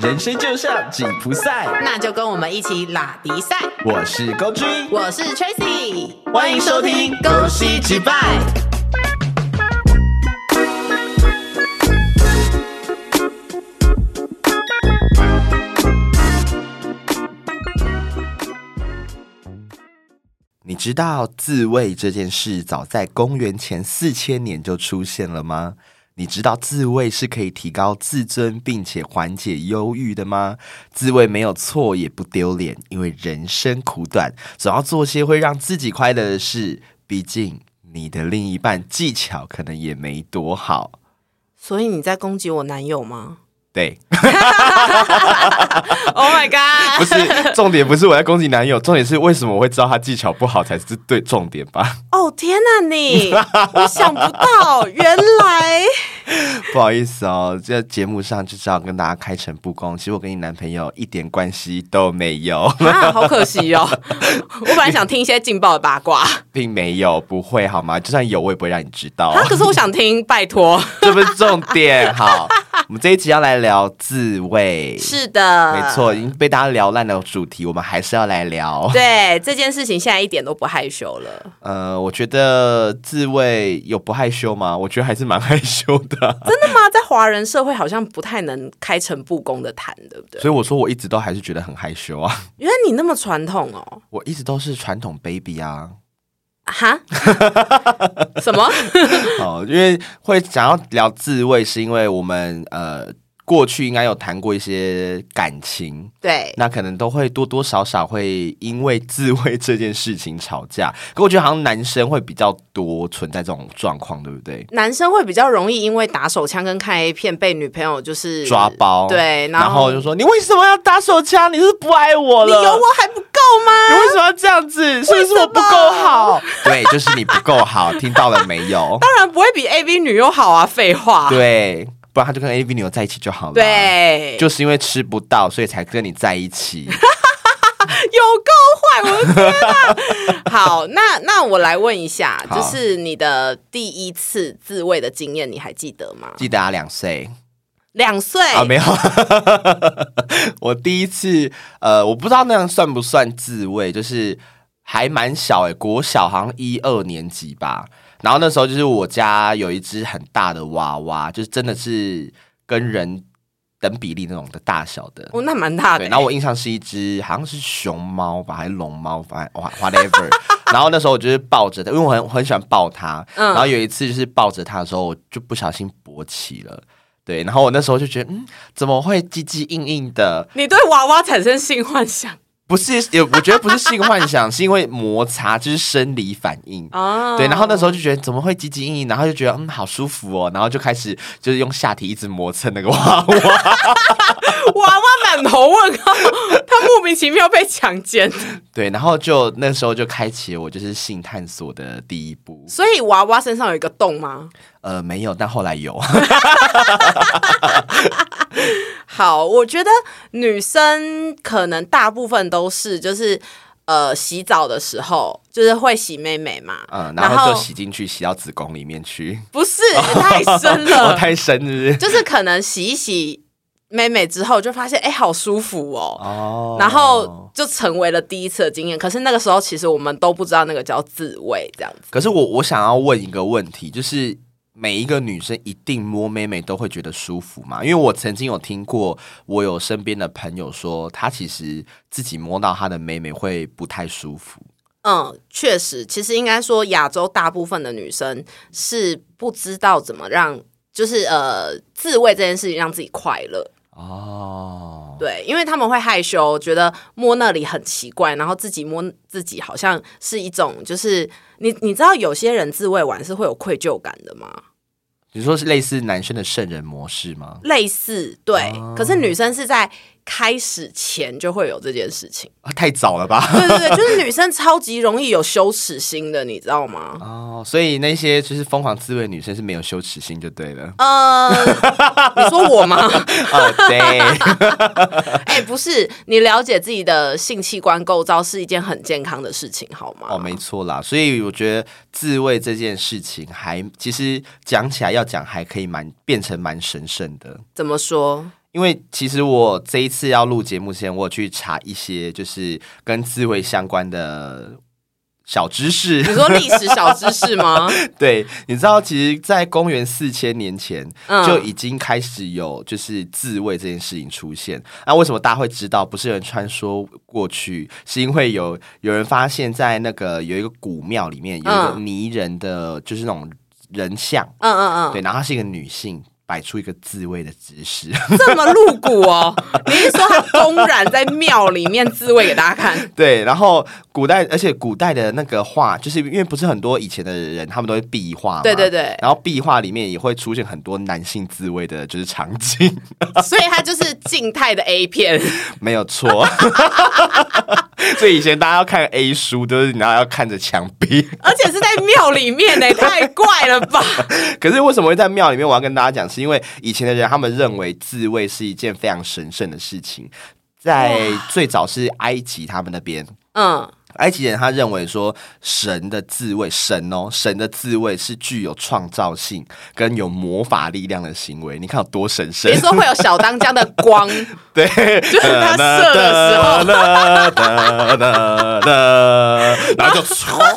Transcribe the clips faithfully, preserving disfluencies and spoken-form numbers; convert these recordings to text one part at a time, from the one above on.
人生就像吉普赛， 那就跟我们一起拉迪赛。 我是高君， 我是 Tracy， 欢迎收听恭喜击败。你知道自慰这件事早在公元前四千年就出现了吗？你知道自慰是可以提高自尊并且缓解忧郁的吗？自慰没有错也不丢脸，因为人生苦短，总要做些会让自己快乐的事，毕竟你的另一半技巧可能也没多好。 所以你在攻击我男友吗？ 对 Oh my god！ 不是，重点不是我在攻击男友，重点是为什么我会知道他技巧不好才是对重点吧？ 哦天哪你，我想不到，原来不好意思哦，这节目上就只好跟大家开诚布公，其实我跟你男朋友一点关系都没有啊，好可惜哦。我本来想听一些劲爆的八卦， 并没有，不会好吗？就算有我也不会让你知道啊，可是我想听，拜托， 这不是重点。好，我们这一集要来聊自慰， 是的， 没错，已经被大家聊烂的主题，我们还是要来聊。 对，这件事情现在一点都不害羞了。 呃，我觉得自慰有不害羞吗？我觉得还是蛮害羞的。 真的吗？在华人社会好像不太能开诚布公的谈，对不对？ 所以我说我一直都还是觉得很害羞啊。 原来你那么传统哦。 我一直都是传统 baby 啊。 哈？什么？ 哦，因为会想要聊自慰，是因为我们呃过去应该有谈过一些感情， 对， 那可能都会多多少少会因为自慰这件事情吵架。可我觉得好像男生会比较多存在这种状况，对不对？ 男生会比较容易因为打手枪跟看 A 片被女朋友就是抓包， 对，然后, 然后就说你为什么要打手枪？你是不是不爱我了？ 你有我还不够吗？ 你为什么要这样子？是不是我不够好？对，就是你不够好，听到了没有？ 当然不会比 A V 女优好啊，废话。 对，不然他就跟 A V 女友在一起就好了。 对， 就是因为吃不到，所以才跟你在一起。 有够坏，我的天啊！好，那那我来问一下，就是你的第一次自慰的经验，你还记得吗？ 记得啊，两岁。 两岁啊，没有。我第一次，呃，我不知道那样算不算自慰，就是还蛮小哎、欸，国小好像一二年级吧。然后那时候就是我家有一只很大的娃娃，就是真的是跟人等比例那种的大小的。 哦，那蛮大的、欸。 对，然后我印象是一只好像是熊猫吧，还是龙猫，反正 whatever。然后那时候我就是抱着它，因为我很很喜欢抱它。嗯、然后有一次就是抱着它的时候，我就不小心勃起了。对，然后我那时候就觉得，嗯，怎么会唧唧硬硬的？ 你对娃娃产生性幻想？ 不是，我觉得不是性幻想，是因为摩擦，就是生理反应。哦，对，然后那时候就觉得怎么会唧唧硬硬，然后就觉得嗯好舒服哦，然后就开始就是用下体一直磨蹭那个娃娃， 娃娃满头问号，他莫名其妙被强奸。 对，然后就那时候就开启了我就是性探索的第一步。 所以娃娃身上有一个洞吗？ 呃，没有，但后来有。 好，我觉得女生可能大部分都是就是呃洗澡的时候就是会洗妹妹嘛， 嗯，然后就洗进去，洗到子宫里面去。 不是，太深了， 哦、太深是不是？ 就是可能洗一洗妹妹之后就发现哎、欸、好舒服哦，哦，然后就成为了第一次的经验。可是那个时候其实我们都不知道那个叫自慰这样子。 可是我我想要问一个问题，就是每一个女生一定摸妹妹都会觉得舒服吗？因为我曾经有听过，我有身边的朋友说，她其实自己摸到她的妹妹会不太舒服。 嗯，确实，其实应该说亚洲大部分的女生是不知道怎么让，就是呃自慰这件事情让自己快乐。哦，对，因为他们会害羞，觉得摸那里很奇怪，然后自己摸自己好像是一种，就是你你知道有些人自慰完是会有愧疚感的吗？ 你说是类似男生的圣人模式吗？ 类似，对。哦、可是女生是在开始前就会有这件事情， 啊、太早了吧？ 对对对，就是女生超级容易有羞耻心的，你知道吗？ 哦，所以那些就是疯狂自慰的女生是没有羞耻心就对了。 呃，你说我吗？ 哦，对。 哎、欸，不是，你了解自己的性器官构造是一件很健康的事情，好吗？ 哦，没错啦。所以我觉得自慰这件事情还其实讲起来要讲还可以蛮变成蛮神圣的。 怎么说？ 因为其实我这一次要录节目前，我有去查一些就是跟自慰相关的小知识。 你说历史小知识吗？ 对，你知道其实在公元四千年前、嗯、就已经开始有就是自慰这件事情出现。那为什么大家会知道不是有人传说过去，是因为有有人发现在那个有一个古庙里面有一个泥人的、嗯、就是那种人像， 嗯嗯嗯， 对，然后她是一个女性摆出一个自慰的姿势， 这么露骨哦！你是说他公然在庙里面自慰给大家看？ 对，然后古代，而且古代的那个画，就是因为不是很多以前的人，他们都会壁画嘛， 对对对， 然后壁画里面也会出现很多男性自慰的，就是场景， 所以它就是静态的 A 片， 没有错。所以以前大家要看 A 书，都是你要要看着墙壁， 而且是在庙里面呢，太怪了吧？ 可是为什么会在庙里面？我要跟大家讲，是因为以前的人他们认为自慰是一件非常神圣的事情，在最早是埃及他们那边，嗯。埃及人他认为说神的自慰，神哦，神的自慰是具有创造性跟有魔法力量的行为。你看有多神圣？ 比如说会有小当家的光， 对， 就是他射的时候， 然后就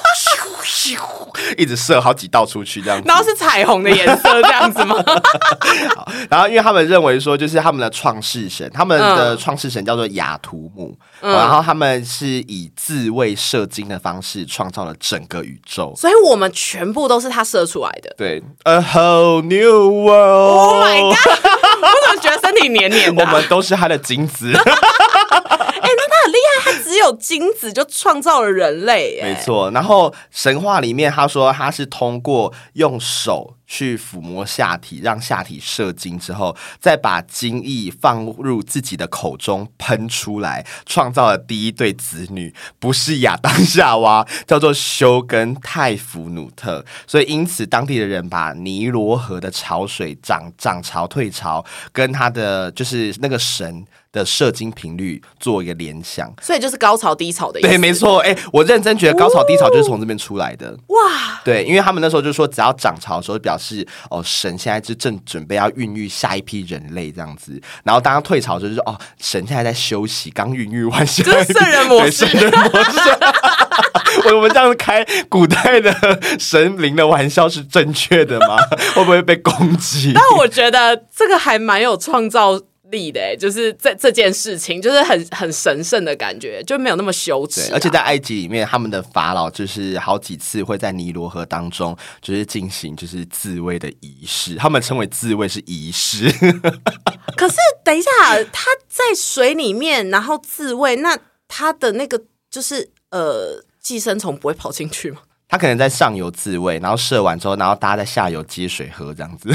一直射好几道出去这样子， 然后是彩虹的颜色这样子吗？ 然后因为他们认为说，就是他们的创世神，他们的创世神叫做亚图姆，嗯、然后他们是以自慰射精的方式创造了整个宇宙， 所以我们全部都是他射出来的。 对 ，A whole new world。 Oh my god！ 我怎么觉得身体黏黏的、啊？ 我们都是他的精子。 哎、欸，那他很厉害，他只有精子就创造了人类。 没错，然后神话里面他说他是通过用手去抚摸下体，让下体射精之后，再把精液放入自己的口中喷出来，创造了第一对子女，不是亚当夏娃，叫做休跟泰弗努特。所以因此当地的人把尼罗河的潮水涨涨潮退潮跟他的就是那个神的射精频率做一个联想， 所以就是高潮低潮的意思。 对，没错。哎、欸，我认真觉得高潮低潮就是从这边出来的。 哇， 对，因为他们那时候就说，只要涨潮的时候，表示哦，神现在就正准备要孕育下一批人类这样子。然后当他退潮的时候，就说哦，神现在在休息，刚孕育完下一批， 这是圣人模式， 圣人模式。我们这样开古代的神灵的玩笑是正确的吗？会不会被攻击？ 但我觉得这个还蛮有创造力的，就是这这件事情就是很很神圣的感觉，就没有那么羞耻、啊。 而且在埃及里面，他们的法老就是好几次会在尼罗河当中，就是进行就是自慰的仪式，他们称为自慰是仪式。 可是等一下，他在水里面，然后自慰，那他的那个就是呃寄生虫不会跑进去吗？ 他可能在上游自慰，然后射完之后，然后大家在下游接水喝这样子。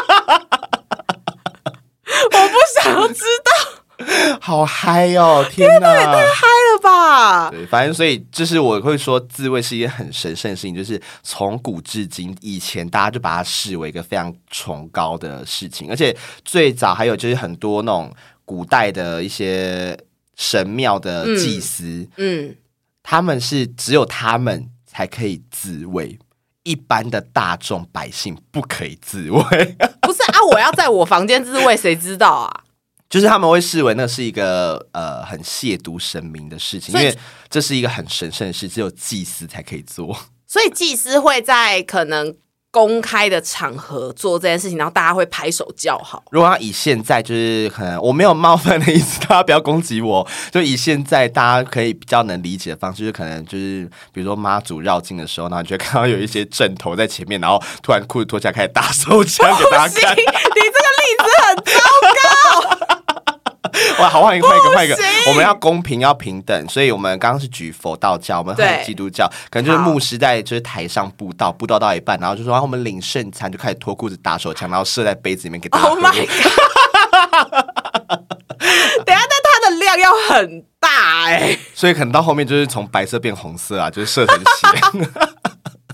我不想要知道， 好嗨哦！天哪， 也太嗨了吧！ 对，反正所以就是我会说，自慰是一件很神圣的事情，就是从古至今，以前大家就把它视为一个非常崇高的事情，而且最早还有就是很多那种古代的一些神庙的祭司，嗯，嗯他们是只有他们才可以自慰。一般的大众百姓不可以自慰。 不是啊，我要在我房间自慰，谁知道啊？ 就是他们会视为那是一个呃很亵渎神明的事情，因为这是一个很神圣的事，只有祭司才可以做。 所以祭司会在可能公开的场合做这件事情，然后大家会拍手叫好。 如果要以现在就是可能我没有冒犯的意思，大家不要攻击我。就以现在大家可以比较能理解的方式，就是可能就是比如说妈祖绕境的时候，然后你就会看到有一些阵头在前面，然后突然裤子脱下来开始打手枪给大家看。 你这个例子很糟糕。 哇，好，换一个，换一个，换一个。我们要公平，要平等，所以我们刚刚是举佛道教，我们还有基督教，可能就是牧师在就是台上布道，布道到一半，然后就说、啊、我们领圣餐，就开始脱裤子打手枪，然后射在杯子里面给大家喝。 Oh my god！ 等一下，但它的量要很大哎、欸， 所以可能到后面就是从白色变红色啊，就是射成血。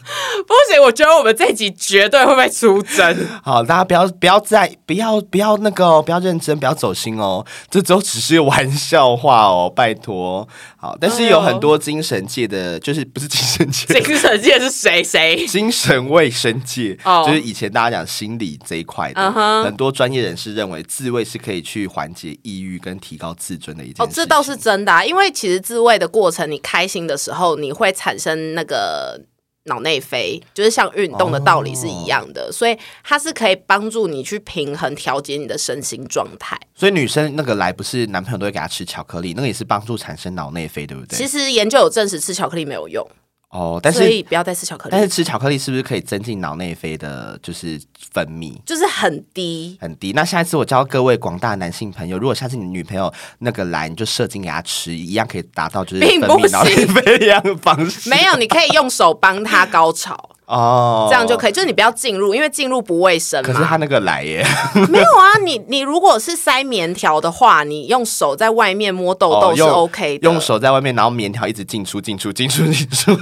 不行，我觉得我们这集绝对会被出征。 好，大家不要不要再不要不要那个、哦、不要认真，不要走心哦，这都只是玩笑话哦，拜托。好，但是有很多精神界的，就是不是精神界， 精神界是谁谁？ 精神卫生界，哦、就是以前大家讲心理这一块的， uh-huh. 很多专业人士认为自慰是可以去缓解抑郁跟提高自尊的一件事情。 哦，这倒是真的、啊，因为其实自慰的过程，你开心的时候，你会产生那个脑内啡，就是像运动的道理是一样的，哦、所以它是可以帮助你去平衡、调节你的身心状态。 所以女生那个来不是男朋友都会给她吃巧克力，那个也是帮助产生脑内啡，对不对？ 其实研究有证实吃巧克力没有用。 哦，但是所以不要再吃巧克力。 但是吃巧克力是不是可以增进脑内啡的，就是分泌？ 就是很低， 很低。那下一次我教各位广大男性朋友，如果下次你女朋友那个来，你就射精给她吃，一样可以达到就是分泌脑内啡一样的方式。 没有，你可以用手帮她高潮。哦，这样就可以，就是你不要进入，因为进入不卫生嘛。 可是他那个来耶， 没有啊，你你如果是塞棉条的话，你用手在外面摸痘痘是 OK 的， 用, 用手在外面，然后棉条一直进出进出进出进出。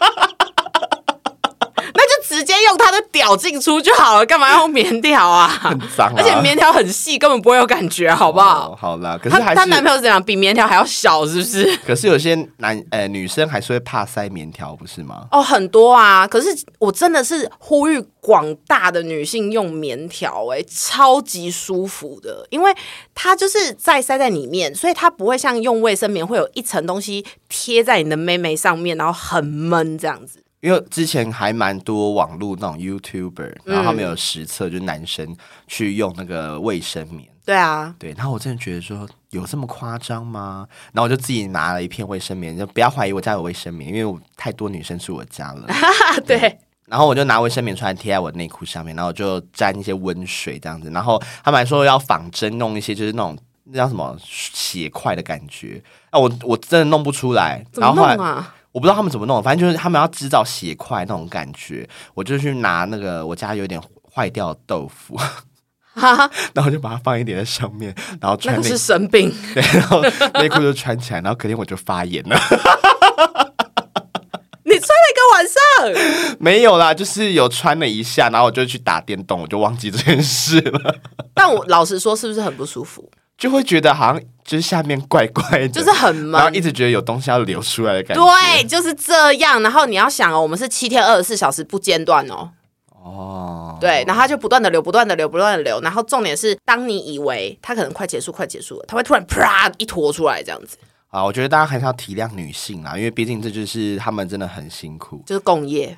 直接用他的屌进出就好了，干嘛要用棉条啊？ 很脏啊， 而且棉条很细，根本不会有感觉，好不好？ 哦、好啦，可是还是她男朋友是怎样？比棉条还要小，是不是？ 可是有些男呃女生还是会怕塞棉条，不是吗？ 哦，很多啊。可是我真的是呼吁广大的女性用棉条，哎，超级舒服的，因为它就是再塞在里面，所以它不会像用卫生棉会有一层东西贴在你的妹妹上面，然后很闷这样子。 因为之前还蛮多网络那种 YouTuber， 然后他们有实测，就是男生去用那个卫生棉。 对啊， 对，然后我真的觉得说有这么夸张吗？然后我就自己拿了一片卫生棉，就不要怀疑我家有卫生棉，因为我太多女生住我家了。 对。 对，然后我就拿卫生棉出来贴在我内裤上面，然后我就沾一些温水这样子。然后他们还说要仿真弄一些就是那种那叫什么血块的感觉啊，我我真的弄不出来。 怎么弄啊？ 我不知道他们怎么弄，反正就是他们要制造血块那种感觉，我就去拿那个我家有点坏掉的豆腐，然后就把它放一点在上面，然后穿那个是生病， 对，然后内裤就穿起来，然后隔天我就发炎了。 你穿了一个晚上？ 没有啦，就是有穿了一下，然后我就去打电动，我就忘记这件事了。 但我老实说，是不是很不舒服？ 就会觉得好像就是下面怪怪的， 就是很闷， 然后一直觉得有东西要流出来的感觉。 对，就是这样。然后你要想哦，我们是七天二十四小时不间断哦。哦，对，然后它就不断的流，不断的流，不断的流。然后重点是，当你以为它可能快结束，快结束了，它会突然啪一坨出来这样子。 啊，我觉得大家还是要体谅女性啦，因为毕竟这就是她们真的很辛苦， 就是共业。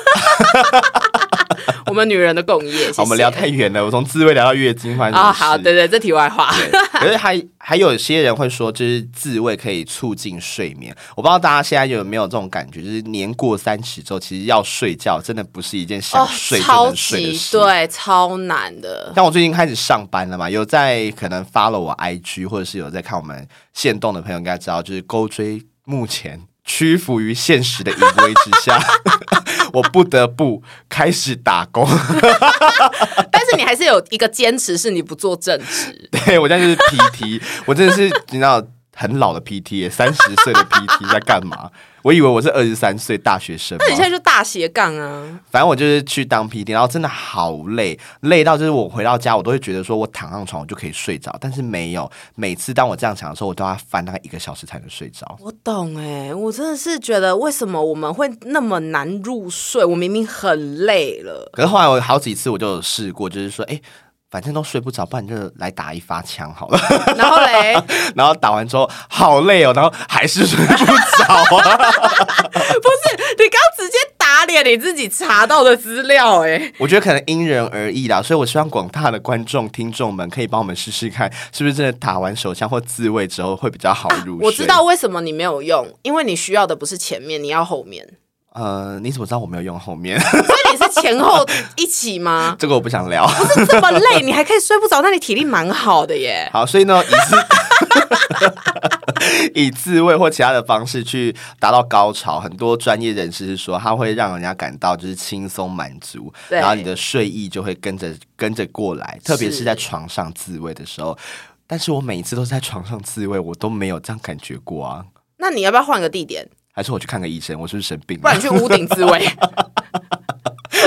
我们女人的共业，谢谢。 好，我们聊太远了，我从自慰聊到月经，反正啊、哦，好，对对，这题外话。 可是还还有些人会说，就是自慰可以促进睡眠。我不知道大家现在有没有这种感觉，就是年过三十之后，其实要睡觉真的不是一件想睡就能睡的事， 哦、对，超难的。 像我最近开始上班了嘛，有在可能 follow 我 I G 或者是有在看我们限动的朋友应该知道，就是勾追目前屈服于现实的淫威之下，我不得不开始打工。 但是你还是有一个坚持，是你不做正职。 对，我现在就是 P T， 我真的是你知道很老的 P T， 三十岁的 P T 在干嘛？我以为我是二十三岁大学生， 那你现在就大斜杠啊！ 反正我就是去当 P T， 然后真的好累，累到就是我回到家，我都会觉得说我躺上床我就可以睡着，但是没有。每次当我这样想的时候，我都要翻大概一个小时才能睡着。 我懂哎、欸，我真的是觉得为什么我们会那么难入睡？我明明很累了， 可是后来我好几次我就有试过，就是说，哎、欸。反正都睡不着，不然就来打一发枪好了。 然后嘞， 然后打完之后好累哦，然后还是睡不着啊。 不是，你刚直接打脸你自己查到的资料哎、欸。 我觉得可能因人而异啦，所以我希望广大的观众听众们可以帮我们试试看，是不是真的打完手枪或自慰之后会比较好入睡、啊。 我知道为什么你没有用，因为你需要的不是前面，你要后面。 呃，你怎么知道我没有用后面？ 所以你是前后一起吗？ 这个我不想聊。 不是这么累，你还可以睡不着，那你体力蛮好的耶。 好，所以呢，以自以自慰或其他的方式去达到高潮，很多专业人士是说，它会让人家感到就是轻松满足，然后你的睡意就会跟着跟着过来，特别是在床上自慰的时候。但是我每一次都是在床上自慰，我都没有这样感觉过啊。 那你要不要换个地点？ 还是我去看个医生？我是不是生病了？ 不然你去屋顶自慰。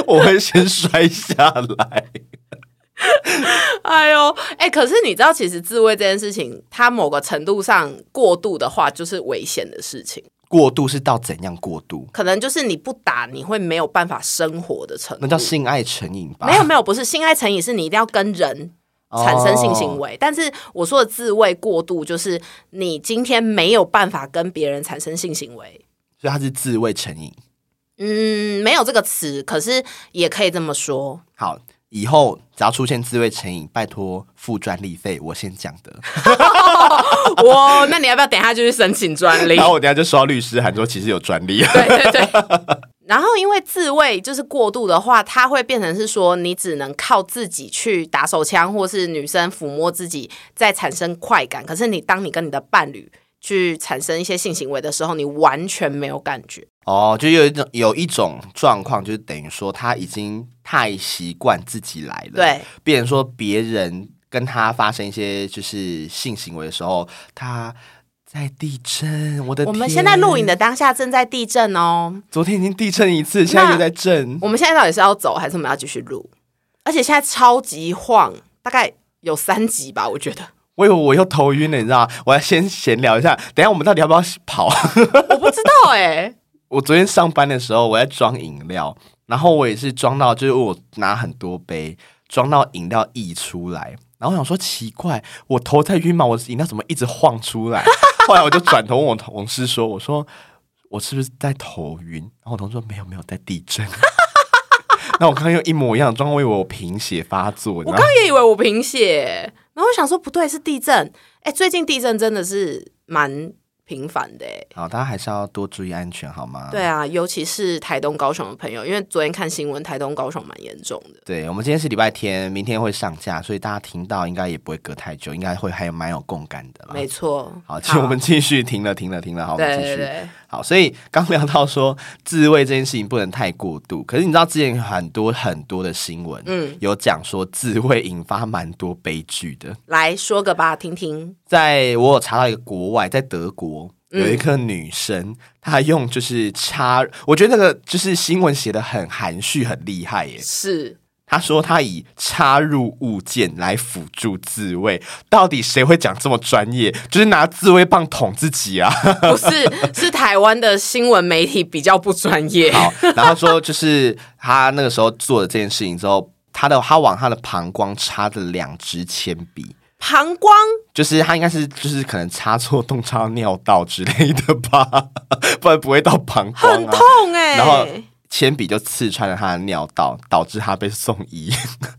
我会先摔下来。 哎呦，哎、欸，可是你知道，其实自慰这件事情，它某个程度上过度的话，就是危险的事情。 过度是到怎样过度？ 可能就是你不打，你会没有办法生活的程度。 那叫性爱成瘾吧？ 没有没有，不是性爱成瘾，是你一定要跟人产生性行为。哦、但是我说的自慰过度，就是你今天没有办法跟别人产生性行为， 所以它是自慰成瘾。 嗯，没有这个词，可是也可以这么说。 好。以后只要出现自慰成瘾，拜托付专利费，我先讲的。 哇，那你要不要等一下就去申请专利？ 然后我等一下就收到律师函说，其实有专利。 对对对。然后因为自慰就是过度的话，它会变成是说，你只能靠自己去打手枪，或是女生抚摸自己，再产生快感。可是你当你跟你的伴侣去产生一些性行为的时候，你完全没有感觉。 哦，就有一种有一种状况，就是等于说他已经太习惯自己来了， 对， 变成说别人跟他发生一些就是性行为的时候，他在地震。我的天， 我们现在录影的当下正在地震哦， 昨天已经地震一次，现在又在震。 我们现在到底是要走还是我们要继续录？而且现在超级晃，大概有三级吧，我觉得。 我以为我又头晕了，你知道吗？我要先闲聊一下，等一下我们到底要不要跑？ 我不知道哎、欸。 我昨天上班的时候，我在装饮料，然后我也是装到，就是我拿很多杯，装到饮料溢出来，然后我想说奇怪，我头在晕吗？我饮料怎么一直晃出来？后来我就转头问我同事说：“我说我是不是在头晕？”然后我同事说：“没有，没有，在地震。”那我刚刚用一模一样的状况，我以为我贫血发作， 我刚刚也以为我贫血，然后我想说不对，是地震。哎、欸，最近地震真的是蛮频繁的欸。 好，大家还是要多注意安全好吗？ 对啊，尤其是台东高雄的朋友，因为昨天看新闻，台东高雄蛮严重的。 对，我们今天是礼拜天，明天会上架，所以大家听到应该也不会隔太久，应该会还有蛮有共感的啦。 没错。 好，其实我们继续停了停了停了，好，我们继续。 对对对。 好，所以刚聊到说自慰这件事情不能太过度，可是你知道之前很多很多的新闻，嗯，有讲说自慰引发蛮多悲剧的。 来说个吧，听听。 在我有查到一个国外，在德国。有一个女生、嗯、她用就是插，我觉得那个就是新闻写得很含蓄很厉害耶。 是， 她说她以插入物件来辅助自慰，到底谁会讲这么专业？就是拿自慰棒捅自己啊？ 不是，是台湾的新闻媒体比较不专业。 好，然后说就是她那个时候做了这件事情之后，她的她往她的膀胱插了两支铅笔。 膀胱就是他应该是就是可能插错洞插到尿道之类的吧，不然不会到膀胱、啊、 很痛哎、欸。 然后铅笔就刺穿了他的尿道，导致他被送医。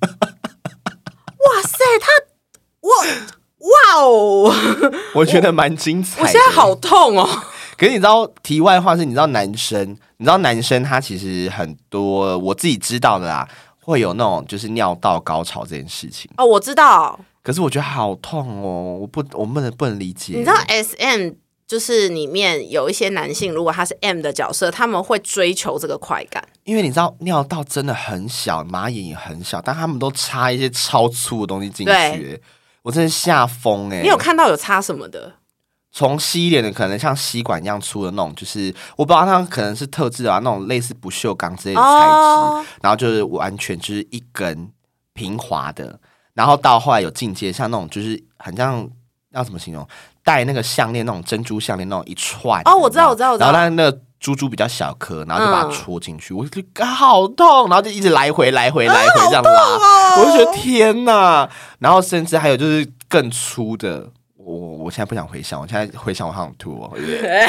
哇塞，他我哇哦， 我觉得蛮精彩的。 我现在好痛哦。 可是你知道题外话是，你知道男生，你知道男生他其实很多我自己知道的啦，会有那种就是尿道高潮这件事情。 哦，我知道。 可是我觉得好痛哦，我不，我不能不能理解。 你知道 S M 就是里面有一些男性，如果他是 M 的角色，他们会追求这个快感， 因为你知道尿道真的很小，马眼也很小，但他们都插一些超粗的东西进去，我真的吓疯哎！ 你有看到有插什么的？ 从细一点的，可能像吸管一样粗的那种，就是我不知道它可能是特制的啊，那种类似不锈钢之类的材质，哦、然后就是完全就是一根平滑的。然后到后来有进阶，像那种就是很像要怎么形容，戴那个项链那种珍珠项链那种一串哦，我知道我知道我知道。 然后它那个珠珠比较小颗，然后就把它戳进去，嗯、我就觉得好痛，然后就一直来回来回来回这样拉， 啊哦、 我就觉得天哪！然后甚至还有就是更粗的，我我现在不想回想，我现在回想我好想吐哦。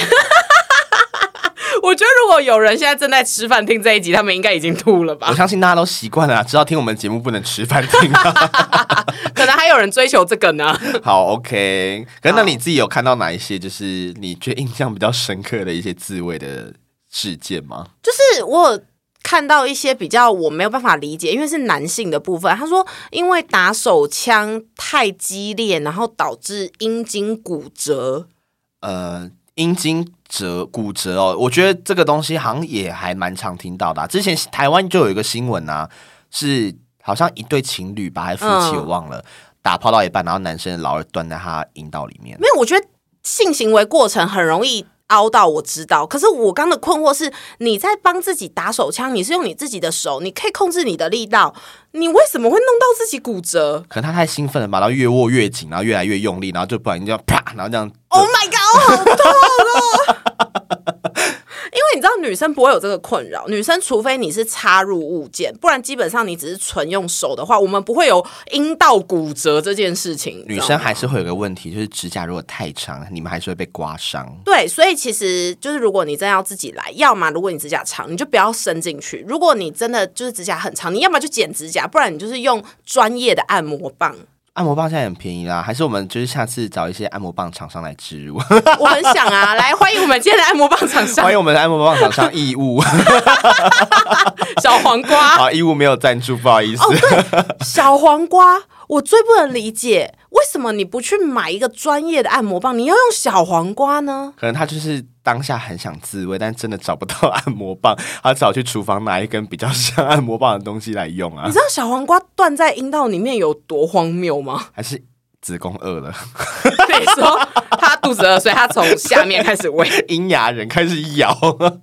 我觉得如果有人现在正在吃饭听这一集，他们应该已经吐了吧？ 我相信大家都习惯了、啊，知道听我们节目不能吃饭听、啊， 可能还有人追求这个呢。 好 ，OK。可是那你自己有看到哪一些就是你觉得印象比较深刻的一些自慰的事件吗？ 就是我有看到一些比较我没有办法理解，因为是男性的部分。他说，因为打手枪太激烈，然后导致阴茎骨折。 呃，阴茎折骨折哦，我觉得这个东西好像也还蛮常听到的、啊。之前台湾就有一个新闻啊，是好像一对情侣吧，还夫妻、嗯、我忘了，打炮到一半，然后男生的老二断在他阴道里面。 没有，我觉得性行为过程很容易凹到我知道，可是我刚的困惑是，你在帮自己打手枪，你是用你自己的手，你可以控制你的力道，你为什么会弄到自己骨折？ 可能他太兴奋了吧，然后越握越紧，然后越来越用力，然后就不然就啪，然后这样。 Oh my god， 好痛哦！因为你知道女生不会有这个困扰，女生除非你是插入物件，不然基本上你只是纯用手的话，我们不会有阴道骨折这件事情。 女生还是会有个问题，就是指甲如果太长，你们还是会被刮伤。 对，所以其实就是如果你真的要自己来，要么如果你指甲长，你就不要伸进去；如果你真的就是指甲很长，你要么就剪指甲，不然你就是用专业的按摩棒。 按摩棒现在很便宜啦，还是我们就是下次找一些按摩棒厂商来植入？ 我很想啊，来欢迎我们今天的按摩棒厂商， 欢迎我们的按摩棒厂商义务小黄瓜。 好，义务没有赞助，不好意思。 哦，对，小黄瓜，我最不能理解，为什么你不去买一个专业的按摩棒，你要用小黄瓜呢？ 可能他就是当下很想自慰，但真的找不到按摩棒，他只好去厨房拿一根比较像按摩棒的东西来用啊。 你知道小黄瓜断在阴道里面有多荒谬吗？ 还是子宫饿了？ 你说他肚子饿，所以他从下面开始喂， 阴牙人开始咬。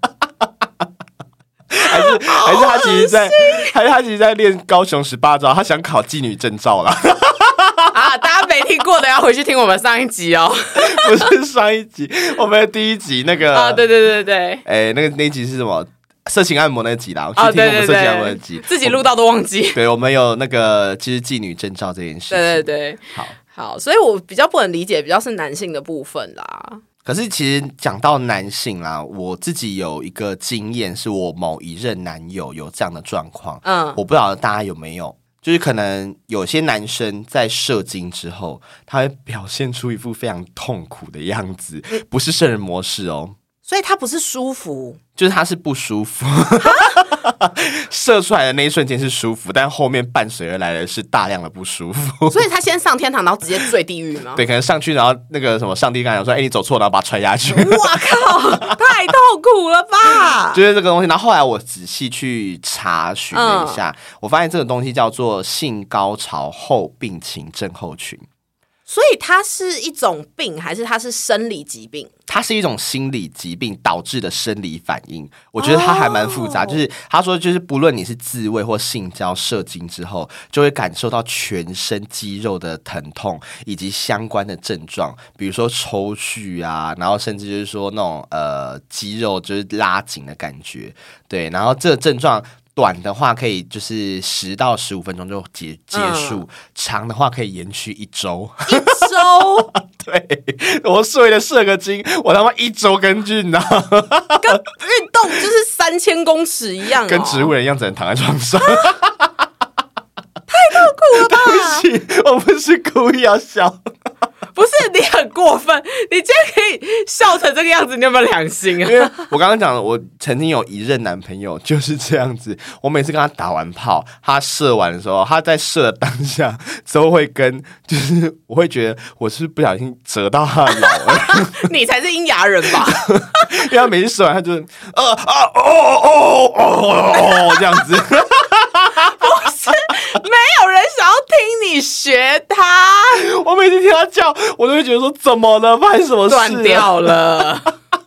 还是还是他其实在，还是他其实在练高雄十八招，他想考妓女证照啦。 啊，大家没听过的要回去听我们上一集哦。 不是上一集，我们的第一集那个啊，对对对对， 哎、欸，那个那一集是什么？色情按摩那集啦，我去听我们色情按摩那集， 哦、对对对，自己录到都忘记。 对，我们有那个其实妓女证照这件事情。 对对对， 好好，所以我比较不能理解，比较是男性的部分啦。 可是其实讲到男性啦，我自己有一个经验，是我某一任男友有这样的状况。嗯，我不知道大家有没有，就是可能有些男生在射精之后，他会表现出一副非常痛苦的样子，不是圣人模式哦。 所以他不是舒服， 就是他是不舒服。射出来的那一瞬间是舒服，但后面伴随而来的是大量的不舒服。 所以他先上天堂，然后直接坠地狱吗？ 对，可能上去，然后那个什么上帝刚才说：“哎、欸，你走错，然后把他踹下去。” 哇靠，太痛苦了吧！ 就是这个东西。然后后来我仔细去查询了一下，嗯、我发现这个东西叫做性高潮后病情症候群。 所以它是一种病，还是它是生理疾病？ 它是一种心理疾病导致的生理反应。我觉得它还蛮复杂， oh. 就是他说，就是不论你是自慰或性交射精之后，就会感受到全身肌肉的疼痛以及相关的症状，比如说抽搐啊，然后甚至就是说那种呃肌肉就是拉紧的感觉。对，然后这个症状。短的话可以就是十到十五分钟就结结束，嗯、长的话可以延续一周。 一周？ 对，我睡了射个精，我他妈一周根据你知道吗？ 跟运动就是三千公尺一样、哦， 跟植物人一样，只能躺在床上。 太痛苦了吧！ 对不起，我不是故意要笑。 不是，你很过分，你竟然可以笑成这个样子，你有没有良心啊？ 因为我刚刚讲了，我曾经有一任男朋友就是这样子，我每次跟他打完炮，他射完的时候，他在射的当下都会跟，就是我会觉得我是不小心折到他的脑了。 你才是阴牙人吧？ 因为他每次射完，他就是呃啊哦哦哦哦这样子。 不是，没有人想要听你学他。 我每次听他叫，我都会觉得说怎么了，发生什么事了？ 断掉了。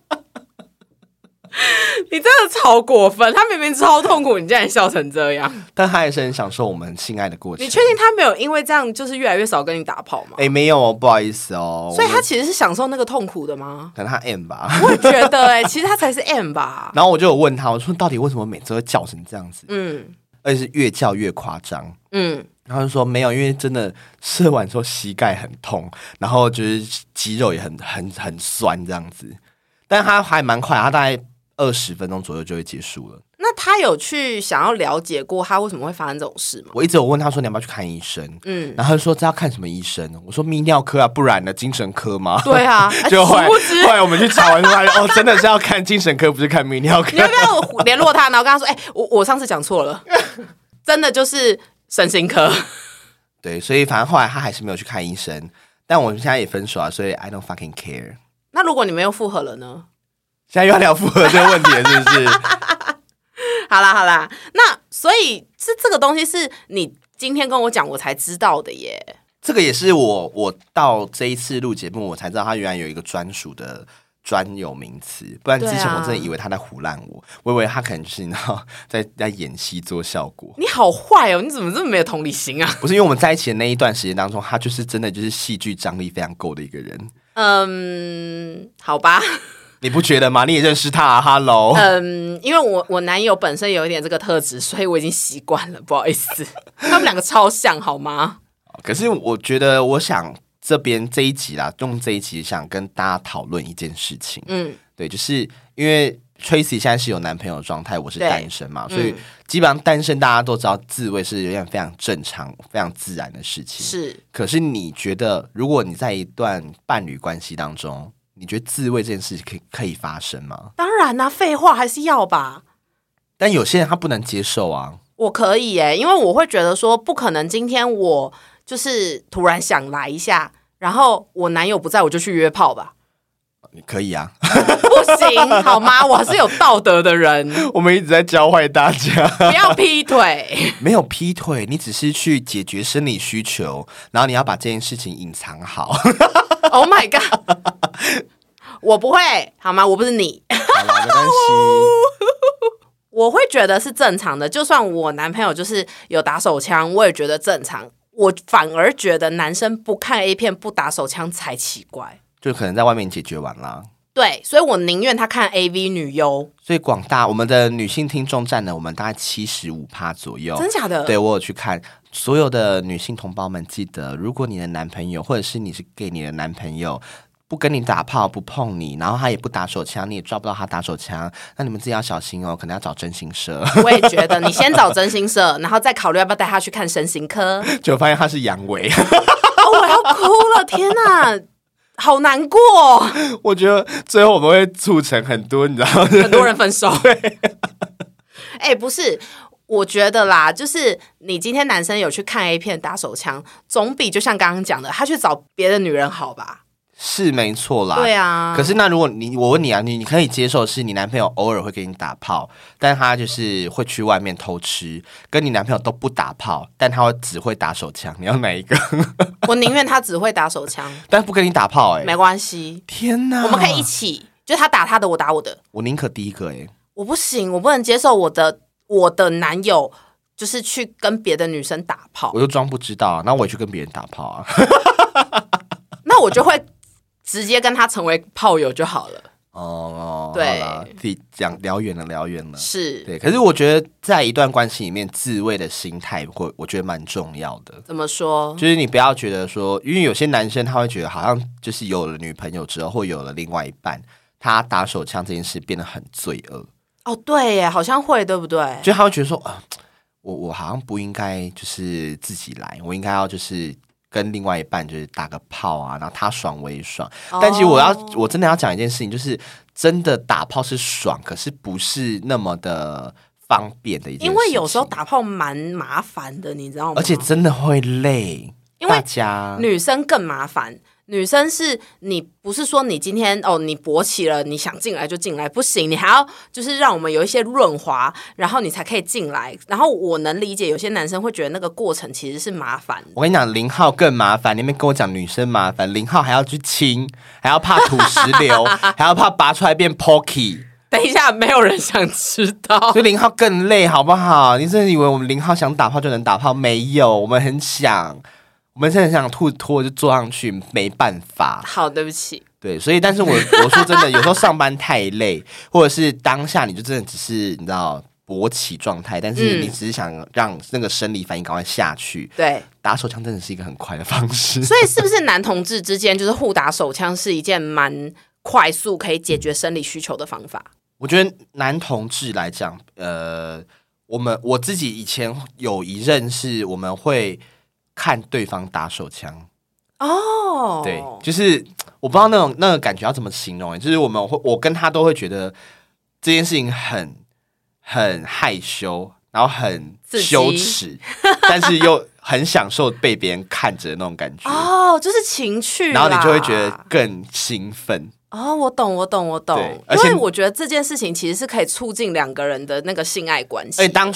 你真的超过分，他明明超痛苦，你竟然笑成这样。 但他还是很享受我们性爱的过程。 你确定他没有因为这样就是越来越少跟你打炮吗？ 哎、欸，没有哦，不好意思哦。 所以他其实是享受那个痛苦的吗？ 可能他 M 吧。 我也觉得哎、欸，其实他才是 M 吧。 然后我就有问他，我说到底为什么每次会叫成这样子？嗯，而且是越叫越夸张。嗯。然后就说没有，因为真的射完之后膝盖很痛，然后就是肌肉也很很很酸这样子。但他还蛮快，他大概二十分钟左右就会结束了。 那他有去想要了解过他为什么会发生这种事吗？ 我一直有问他说你要不要去看医生，嗯，然后他就说这要看什么医生？我说泌尿科啊，不然呢精神科吗？ 对啊， 就后来后来我们去查完之后发现哦，真的是要看精神科，不是看泌尿科。 你要不要联络他，然后跟他说，哎、欸，我我上次讲错了，真的就是身心科。 对，所以反正后来他还是没有去看医生，但我们现在也分手了，所以 I don't fucking care。 那如果你们又复合了呢？ 现在又要聊复合这个问题了，是不是？ 好啦好啦，那所以是这个东西是你今天跟我讲，我才知道的耶。 这个也是我我到这一次录节目，我才知道他原来有一个专属的专有名词，不然之前我真的以为他在唬烂我，啊、我以为他可能就是你知道在在演戏做效果。 你好坏哦，你怎么这么没有同理心啊？ 不是因为我们在一起的那一段时间当中，他就是真的就是戏剧张力非常够的一个人。 嗯，好吧。 你不觉得吗？你也认识他啊 ，Hello。 嗯，因为我我男友本身有一点这个特质，所以我已经习惯了，不好意思。他们两个超像，好吗？ 可是我觉得，我想这边这一集啦，用这一集想跟大家讨论一件事情。嗯，对，就是因为 Tracy 现在是有男朋友的状态，我是单身嘛，所以基本上单身大家都知道自慰是有点非常正常、非常自然的事情。 是， 可是你觉得，如果你在一段伴侣关系当中，你觉得自慰这件事情可以可以发生吗？ 当然啦、啊，废话还是要吧。 但有些人他不能接受啊。 我可以耶、欸，因为我会觉得说，不可能今天我就是突然想来一下，然后我男友不在我就去约炮吧。 你可以啊。 不行好吗？我是有道德的人。 我们一直在教坏大家， 不要劈腿。 没有劈腿，你只是去解决生理需求，然后你要把这件事情隐藏好。 Oh my god！ 我不会好吗？我不是你。 好啦，没关系。 我会觉得是正常的，就算我男朋友就是有打手枪，我也觉得正常。我反而觉得男生不看 A 片不打手枪才奇怪， 就可能在外面解决完啦。 对，所以我宁愿他看 A V 女优。 所以广大我们的女性听众占了我们大概 百分之七十五 左右。 真假的？ 对，我有去看。所有的女性同胞们记得，如果你的男朋友或者是你是 gay， 你的男朋友不跟你打炮，不碰你，然后他也不打手枪，你也抓不到他打手枪，那你们自己要小心哦，可能要找真心社。 我也觉得，你先找真心社，然后再考虑要不要带他去看身心科。 就发现他是阳痿。 哦，我要哭了，天哪，好难过。 我觉得最后我们会促成很多，你知道吗？ 很多人分手。对，哎、欸，不是。我觉得啦，就是你今天男生有去看 A 片打手枪，总比就像刚刚讲的，他去找别的女人好吧？ 是没错啦， 对啊。 可是那如果你我问你啊，你你可以接受是你男朋友偶尔会给你打炮，但他就是会去外面偷吃，跟你男朋友都不打炮，但他会只会打手枪，你要哪一个？ 我宁愿他只会打手枪， 但不跟你打炮。哎、欸， 没关系。 天哪， 我们可以一起，就他打他的，我打我的。 我宁可第一个。哎、欸， 我不行，我不能接受我的我的男友就是去跟别的女生打炮， 我就装不知道啊，那我也去跟别人打炮啊。 那我就会直接跟他成为炮友就好了。 哦， 对， 自己讲聊远了，聊远了， 是对。可是我觉得在一段关系里面，自慰的心态，我我觉得蛮重要的。 怎么说？ 就是你不要觉得说，因为有些男生他会觉得，好像就是有了女朋友之后，或有了另外一半，他打手枪这件事变得很罪恶。 哦，对耶，好像会，对不对？ 就他会觉得说，啊、呃，我我好像不应该就是自己来，我应该要就是跟另外一半就是打个炮啊，然后他爽我也爽。哦、但其实我要我真的要讲一件事情，就是真的打炮是爽，可是不是那么的方便的一件事情。 因为有时候打炮蛮麻烦的，你知道吗？ 而且真的会累， 因为大家女生更麻烦。女生是你不是说你今天哦你勃起了，你想进来就进来，不行，你还要就是让我们有一些润滑，然后你才可以进来。然后我能理解有些男生会觉得那个过程其实是麻烦的。 我跟你讲，零号更麻烦，你们跟我讲女生麻烦，零号还要去亲，还要怕土石流，还要怕拔出来变 Pocky。 等一下，没有人想知道， 所以零号更累，好不好？你真的以为我们零号想打炮就能打炮？没有，我们很想。我们现在很想吐脱就坐上去，没办法。 好，对不起。 对，所以但是我我说真的，有时候上班太累，或者是当下你就真的只是你知道勃起状态，但是你只是想让那个生理反应赶快下去。 对， 打手枪真的是一个很快的方式。 所以是不是男同志之间就是互打手枪是一件蛮快速可以解决生理需求的方法？ 我觉得男同志来讲，呃，我们我自己以前有一任是我们会看对方打手枪哦， 对，就是我不知道那种那个感觉要怎么形容，就是我们会我跟他都会觉得这件事情很很害羞，然后很羞耻，但是又很享受被别人看着的那种感觉。 哦，就是情趣啦， 然后你就会觉得更兴奋。 哦，我懂，我懂，我懂。因为我觉得这件事情其实是可以促进两个人的那个性爱关系。 而且当初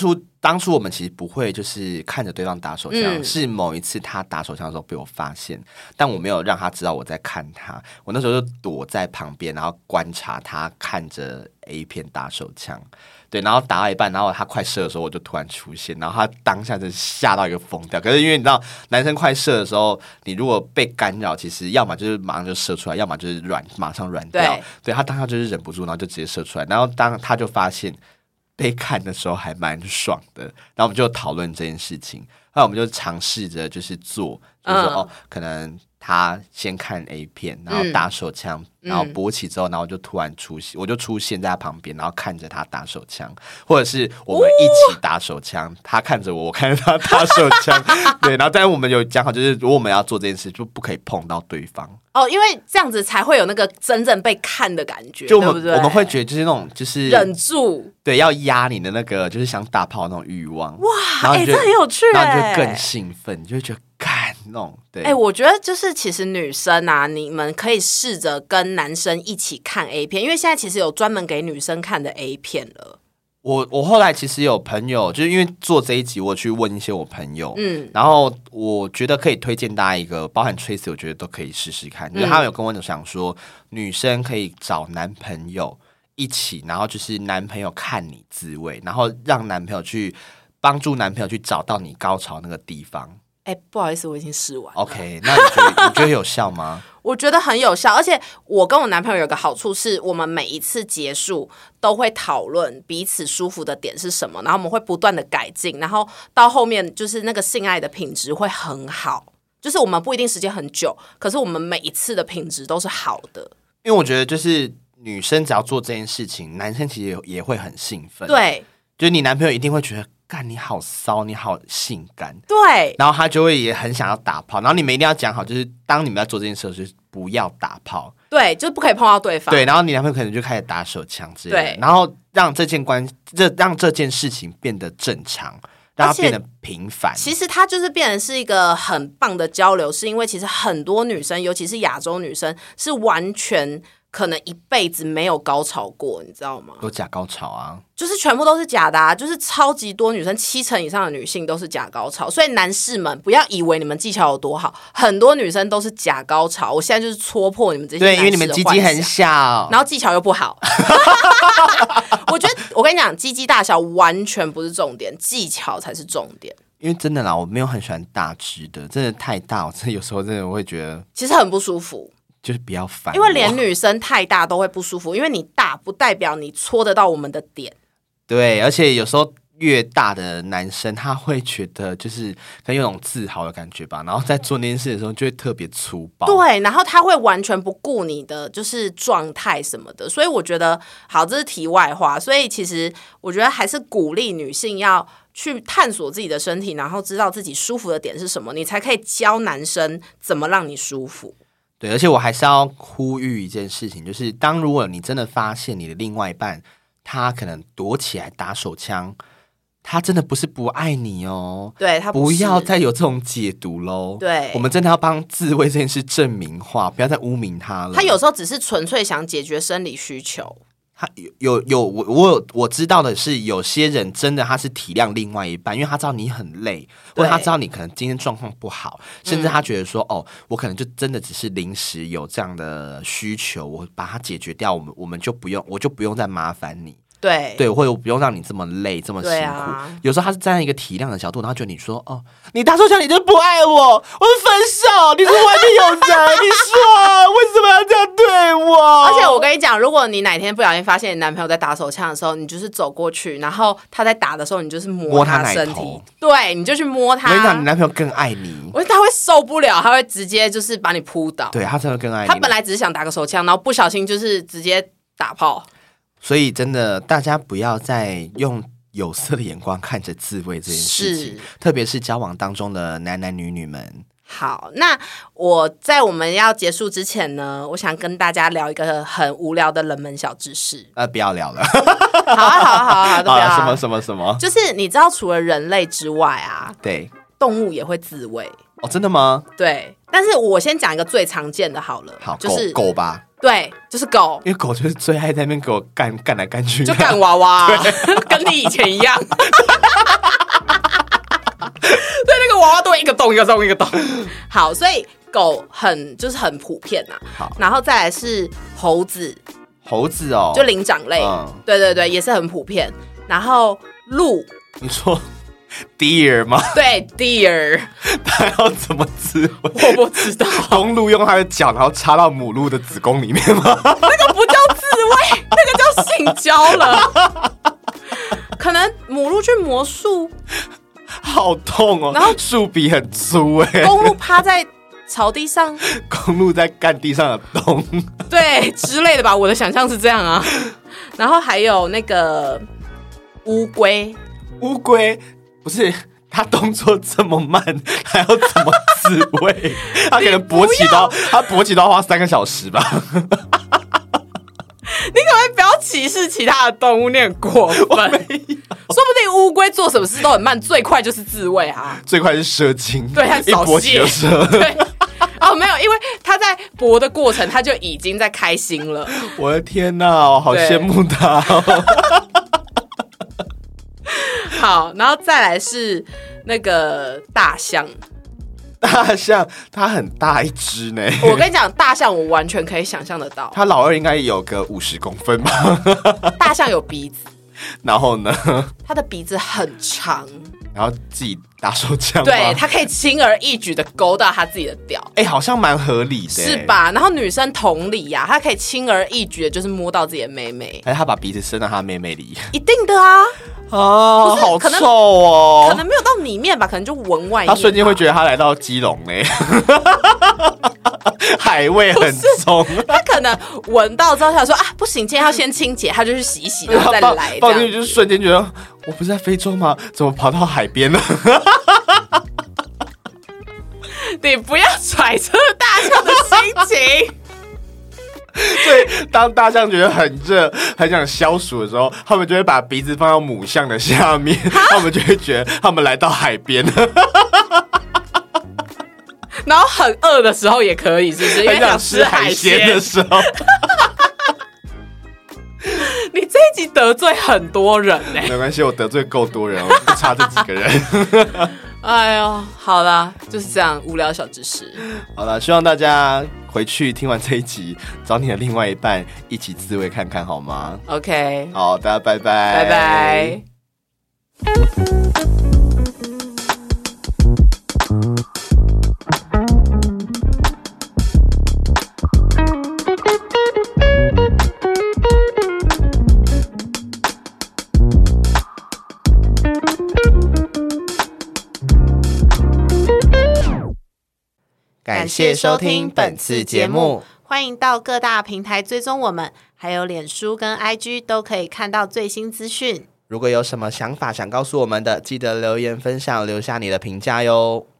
当初我们其实不会就是看着对方打手枪、嗯、是某一次他打手枪的时候被我发现，但我没有让他知道我在看他，我那时候就躲在旁边然后观察他看着 A 片打手枪，对，然后打到一半，然后他快射的时候我就突然出现，然后他当下就吓到一个疯掉。可是因为你知道男生快射的时候，你如果被干扰，其实要么就是马上就射出来，要么就是软马上软掉， 对, 对他当下就是忍不住，然后就直接射出来，然后当他就发现被看的时候还蛮爽的，然后我们就讨论这件事情，后来我们就尝试着就是做，就是说、嗯、哦，可能他先看 A 片，然后打手枪、嗯、然后勃起之后，然后就突然出现，我就出现在他旁边，然后看着他打手枪，或者是我们一起打手枪、哦、他看着我，我看着他打手枪对，然后但是我们有讲好，就是如果我们要做这件事就不可以碰到对方哦，因为这样子才会有那个真正被看的感觉， 就我们对不对？ 我们会觉得就是那种就是忍住， 对，要压你的那个就是想打炮的那种欲望。 哇，哎、欸，这很有趣， 然后你就会更兴奋，你就会觉得干那种。对， 哎、欸，我觉得就是其实女生啊，你们可以试着跟男生一起看 A 片，因为现在其实有专门给女生看的 A 片了。 我我后来其实有朋友，就是因为做这一集，我去问一些我朋友，嗯，然后我觉得可以推荐大家一个，包含 Tracy， 我觉得都可以试试看。就是他有跟我讲说，女生可以找男朋友一起，然后就是男朋友看你自慰，然后让男朋友去帮助男朋友去找到你高潮那个地方。 哎、欸，不好意思，我已经试完了。 OK， 那你觉得你觉得有效吗？ 我觉得很有效，而且我跟我男朋友有个好处是，我们每一次结束都会讨论彼此舒服的点是什么，然后我们会不断的改进，然后到后面就是那个性爱的品质会很好。就是我们不一定时间很久，可是我们每一次的品质都是好的。 因为我觉得就是女生只要做这件事情，男生其实也会很兴奋。 对， 就是你男朋友一定会觉得。干你好骚，你好性感， 对， 然后他就会也很想要打炮，然后你们一定要讲好，就是当你们在做这件事的时候，就是不要打炮， 对，就不可以碰到对方， 对，然后你男朋友可能就开始打手枪之类的，对，然后让这件关这让这件事情变得正常，让它变得频繁。 其实它就是变成是一个很棒的交流，是因为其实很多女生，尤其是亚洲女生，是完全。可能一辈子没有高潮过，你知道吗？ 有假高潮啊， 就是全部都是假的啊！就是超级多女生，七成以上的女性都是假高潮，所以男士们不要以为你们技巧有多好，很多女生都是假高潮。我现在就是戳破你们这些男士的幻想，对，因为你们鸡鸡很小，然后技巧又不好。我觉得我跟你讲，鸡鸡大小完全不是重点，技巧才是重点。 因为真的啦，我没有很喜欢大只的，真的太大，我真的有时候真的会觉得其实很不舒服。 就是不要烦， 因为连女生太大都会不舒服，因为你大不代表你戳得到我们的点。 对，而且有时候越大的男生他会觉得就是可能有种自豪的感觉吧，然后在做那件事的时候就会特别粗暴。 对，然后他会完全不顾你的就是状态什么的，所以我觉得好，这是题外话。所以其实我觉得还是鼓励女性要去探索自己的身体，然后知道自己舒服的点是什么，你才可以教男生怎么让你舒服。 对，而且我还是要呼吁一件事情，就是当如果你真的发现你的另外一半他可能躲起来打手枪，他真的不是不爱你哦， 对，他 不, 不要再有这种解读咯。 对， 我们真的要帮自慰这件事证明化，不要再污名他了。 他有时候只是纯粹想解决生理需求。 他有有有我我有我知道的是，有些人真的他是体谅另外一半，因为他知道你很累，或者他知道你可能今天状况不好，甚至他觉得说、嗯、哦，我可能就真的只是临时有这样的需求，我把它解决掉，我们我们就不用，我就不用再麻烦你。 对对， 或者我不用让你这么累这么辛苦、 啊、 有时候他是站在一个体谅的角度，然后觉得你说哦，你打手枪你就不爱我，我们分手，你是外面有人，你说为什么要这样对我？ 而且我跟你讲，如果你哪天不小心发现你男朋友在打手枪的时候，你就是走过去，然后他在打的时候你就是摸他身体，对，你就去摸他。 我跟你讲，你男朋友更爱你， 我他会受不了，他会直接就是把你扑倒。 对，他真的更爱你。 他本来只是想打个手枪，然后不小心就是直接打炮。 所以真的，大家不要再用有色的眼光看着自慰这件事情，特别是交往当中的男男女女们。 好，那我在我们要结束之前呢，我想跟大家聊一个很无聊的冷门小知识。 呃，不要聊了。 好啊，好啊，好啊，好，都不要。 什么什么什么？ 就是你知道，除了人类之外啊， 对， 动物也会自慰。 哦，真的吗？ 对，但是我先讲一个最常见的好了， 好， 就是狗, 狗吧。 对，就是狗， 因为狗就是最爱在那边给我干干来干去， 就干娃娃、啊，跟你以前一样。 个娃娃都会一个洞一个洞一个洞。好，所以狗很就是很普遍呐、啊。然后再来是猴子， 猴子哦， 就灵长类，嗯、对对对，也是很普遍。然后鹿， 你说 deer 吗？ 对 deer， 它要怎么自慰？ 我不知道。 公鹿用它的脚，然后插到母鹿的子宫里面吗？ 那个不叫自慰，那个叫性交了。可能母鹿去磨树， 好痛哦！然后树皮很粗哎、欸。 公鹿趴在草地上， 公鹿在干地上的洞， 对之类的吧。我的想象是这样啊。然后还有那个乌龟， 乌龟不是它动作这么慢，还要怎么自慰？它可能勃起到它勃起都要花三个小时吧。 你可不可以不要歧视其他的动物？你很过分。说不定乌龟做什么事都很慢，最快就是自慰啊！ 最快是射精， 对，它一勃起就射。 对，哦，没有，因为它在勃的过程，它就已经在开心了。 我的天哪，我好羡慕它、哦。 好，然后再来是那个大象。 大象它很大一只呢， 我跟你讲，大象我完全可以想象得到， 它老二应该有个五十公分吧。 大象有鼻子， 然后呢， 它的鼻子很长， 然后自己打手枪， 对，它可以轻而易举的勾到它自己的屌， 哎、欸，好像蛮合理的， 是吧？然后女生同理呀、啊，她可以轻而易举的，就是摸到自己的妹妹， 哎，她把鼻子伸到她妹妹里， 一定的啊。 哦，好臭哦！ 可能没有到里面吧，可能就闻外面。 他瞬间会觉得他来到基隆嘞，海味很重。 他可能闻到之后，他说啊，不行，今天要先清洁，他就去洗一洗，然后再来。 放进去就是瞬间觉得，我不是在非洲吗？怎么跑到海边了？ 你不要揣测大象的心情。 所以，当大象觉得很热、很想消暑的时候，他们就会把鼻子放到母象的下面，他们就会觉得他们来到海边了。 然后很饿的时候也可以，是不是？因为想吃海鲜的时候。 你这一集得罪很多人呢、欸， 没关系，我得罪够多人，我不差这几个人。 哎呦，好啦，就是这样无聊小知识。 好了，希望大家回去听完这一集，找你的另外一半一起自慰看看好吗 ？OK， 好，大家拜拜， 拜拜。 感谢收听本次节目， 欢迎到各大平台追踪我们，还有脸书跟 I G 都可以看到最新资讯。 如果有什么想法想告诉我们的，记得留言分享，留下你的评价哟。